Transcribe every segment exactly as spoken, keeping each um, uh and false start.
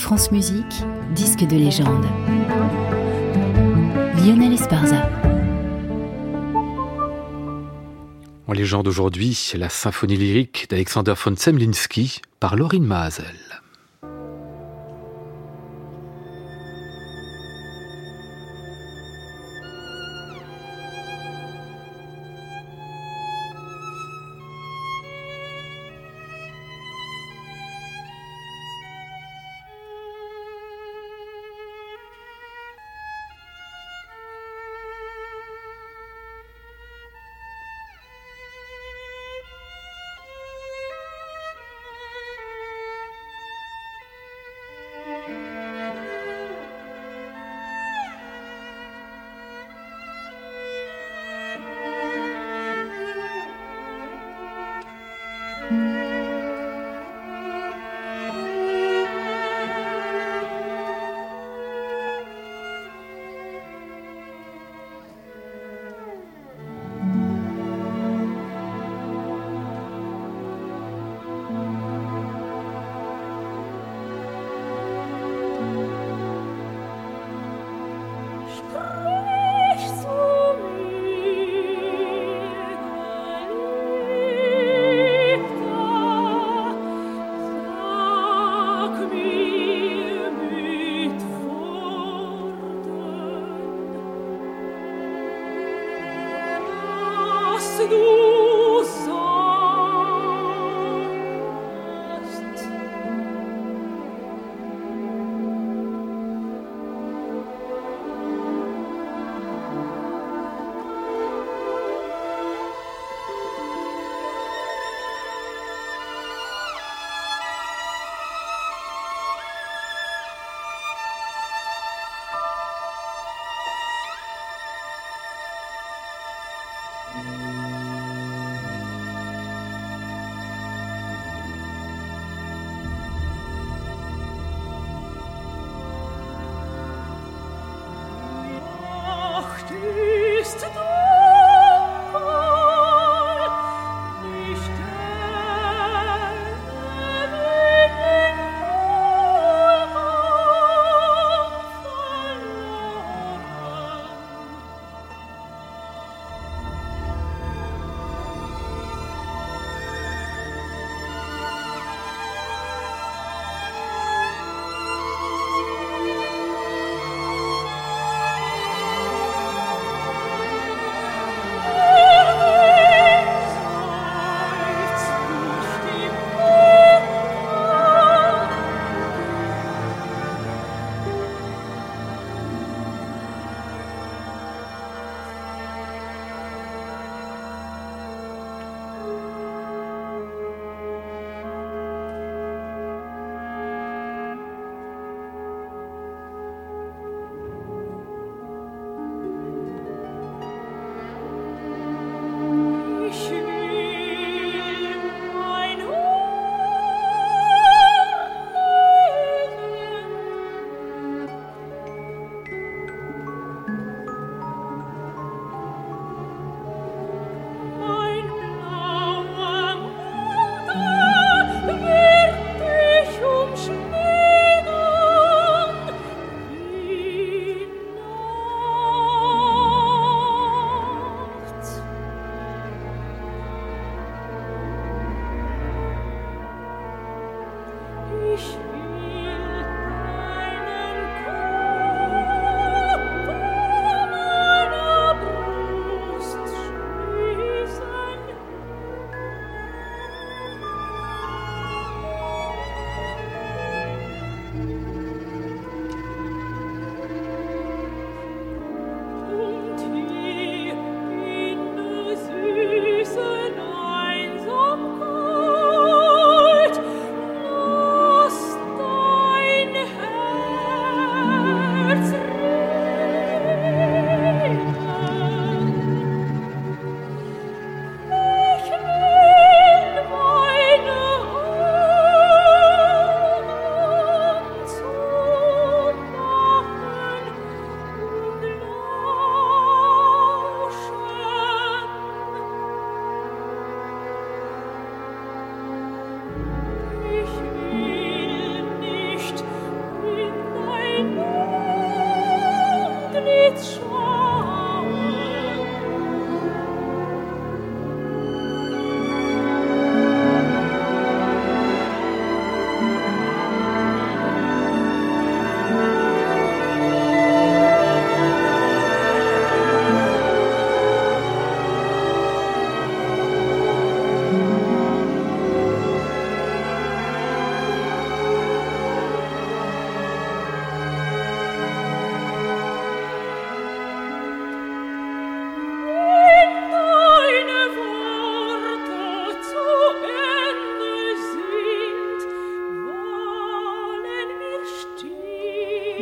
France Musique, disque de légende. Lionel Esparza. En légende aujourd'hui, c'est la symphonie lyrique d'Alexander von Zemlinsky par Laurine Mazel.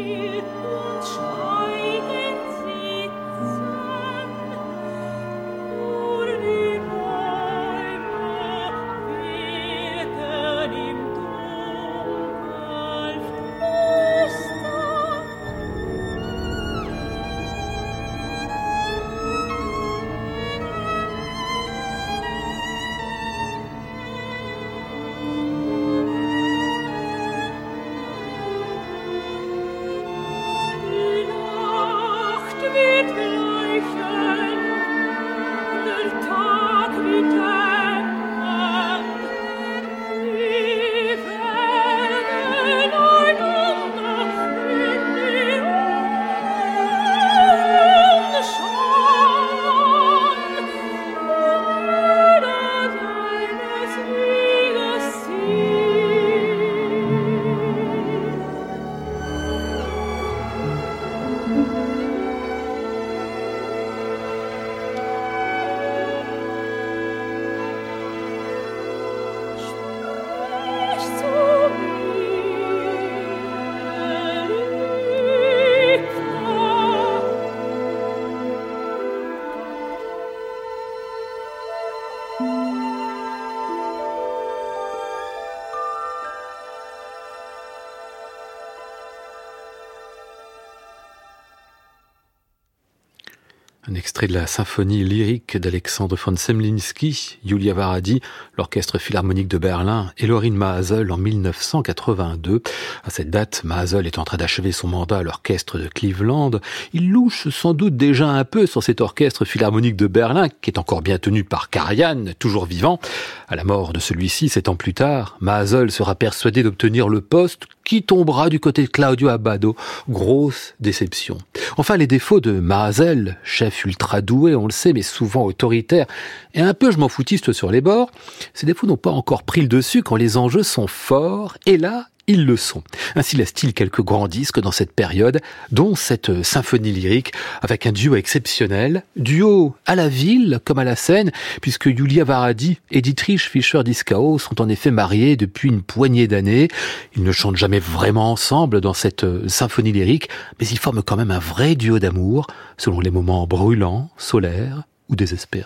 Un extrait de la symphonie lyrique d'Alexandre von Semlinsky, Julia Varadi, l'Orchestre Philharmonique de Berlin et Lorin Maazel en mille neuf cent quatre-vingt-deux. À cette date, Maazel est en train d'achever son mandat à l'Orchestre de Cleveland. Il louche sans doute déjà un peu sur cet Orchestre Philharmonique de Berlin, qui est encore bien tenu par Karajan, toujours vivant. À la mort de celui-ci, sept ans plus tard, Maazel sera persuadé d'obtenir le poste qui tombera du côté de Claudio Abbado. Grosse déception. Enfin, les défauts de Maazel, chef ultra doué, on le sait, mais souvent autoritaire et un peu je m'en foutiste sur les bords, ces défauts n'ont pas encore pris le dessus quand les enjeux sont forts, et là, ils le sont. Ainsi laisse-t-il quelques grands disques dans cette période, dont cette symphonie lyrique, avec un duo exceptionnel, duo à la ville comme à la scène, puisque Julia Varadi et Dietrich Fischer-Dieskau sont en effet mariés depuis une poignée d'années. Ils ne chantent jamais vraiment ensemble dans cette symphonie lyrique, mais ils forment quand même un vrai duo d'amour, selon les moments brûlants, solaires ou désespérés.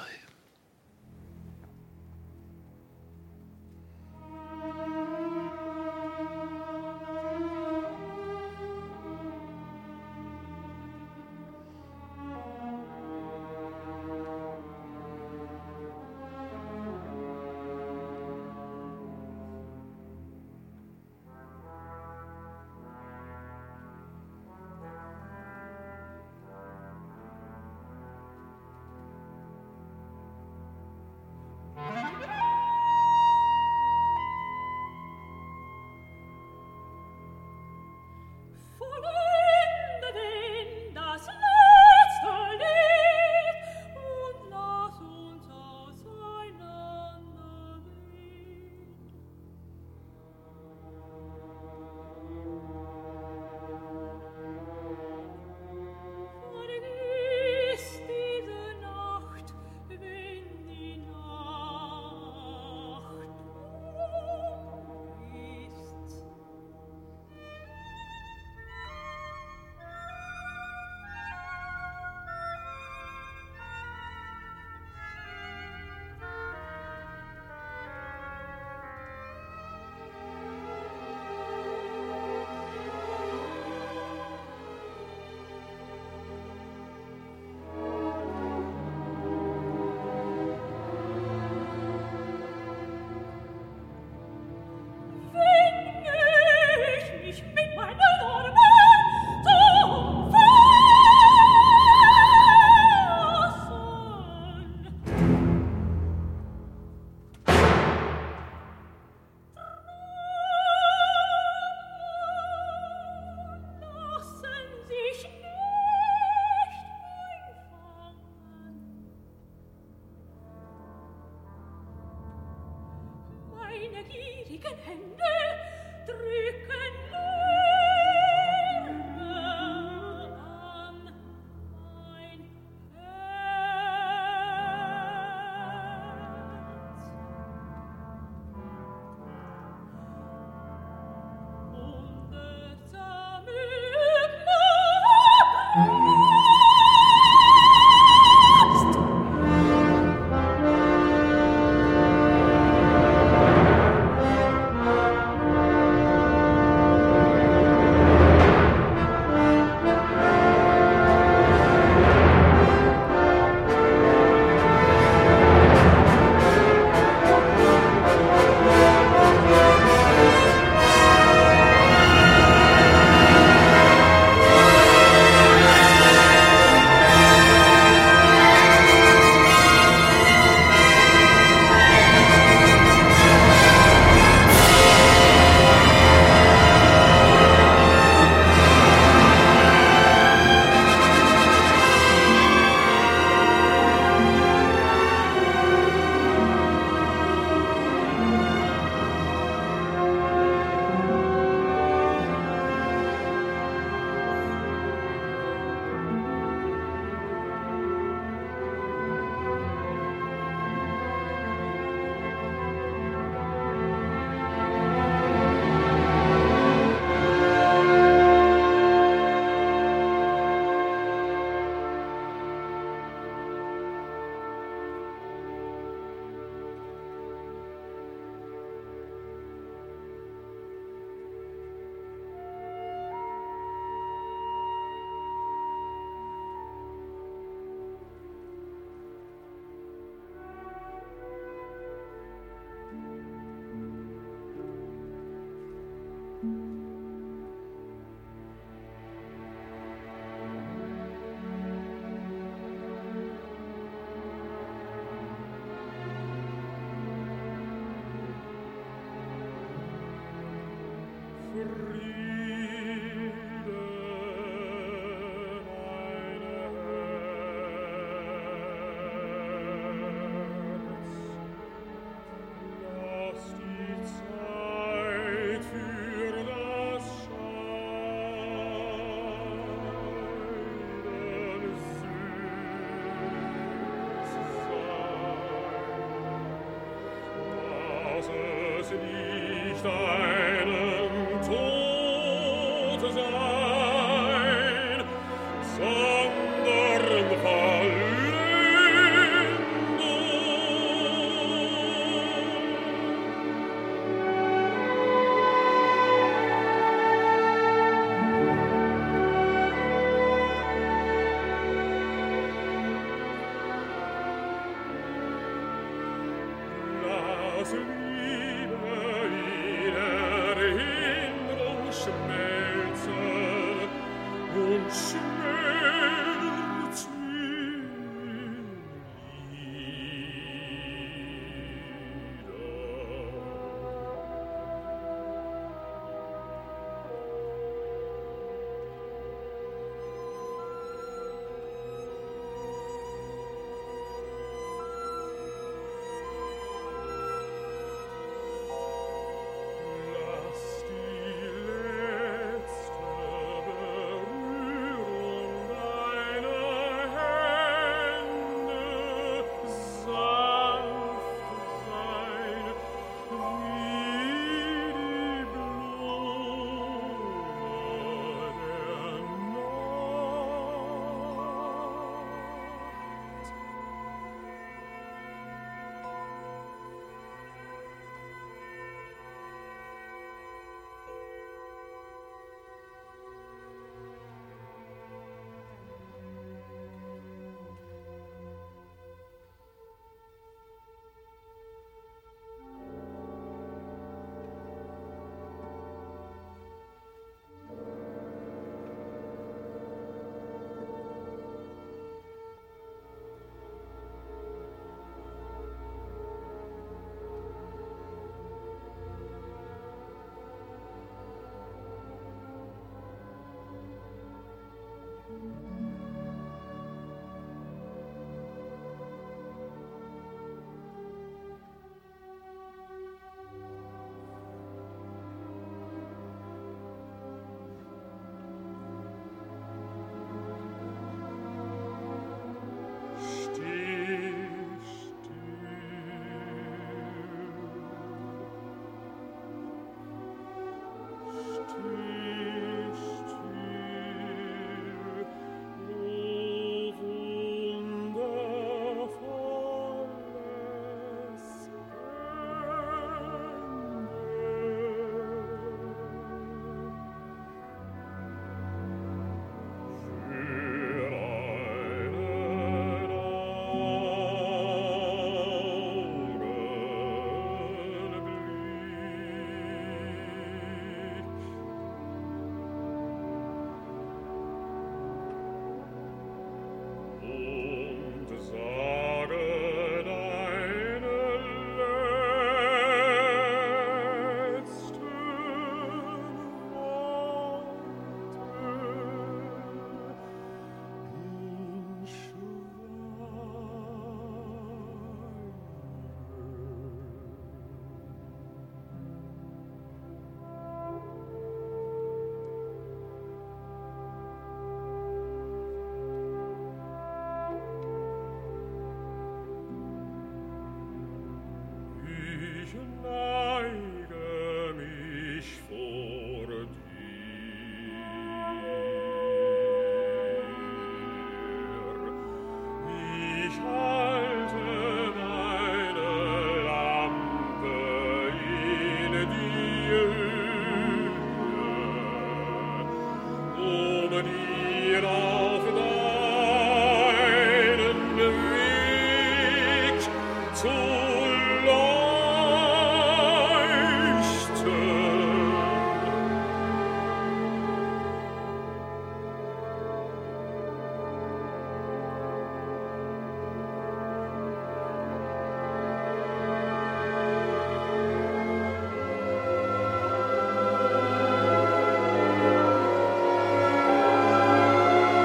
Thank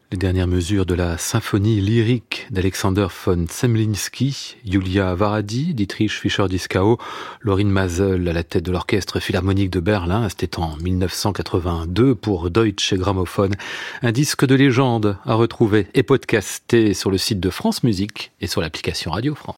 Les dernières mesures de la symphonie lyrique d'Alexander von Zemlinsky, Julia Varadi, Dietrich Fischer-Dieskau, Lorin Maazel à la tête de l'Orchestre Philharmonique de Berlin. C'était en mille neuf cent quatre-vingt-deux pour Deutsche Grammophon. Un disque de légende à retrouver et podcasté sur le site de France Musique et sur l'application Radio France.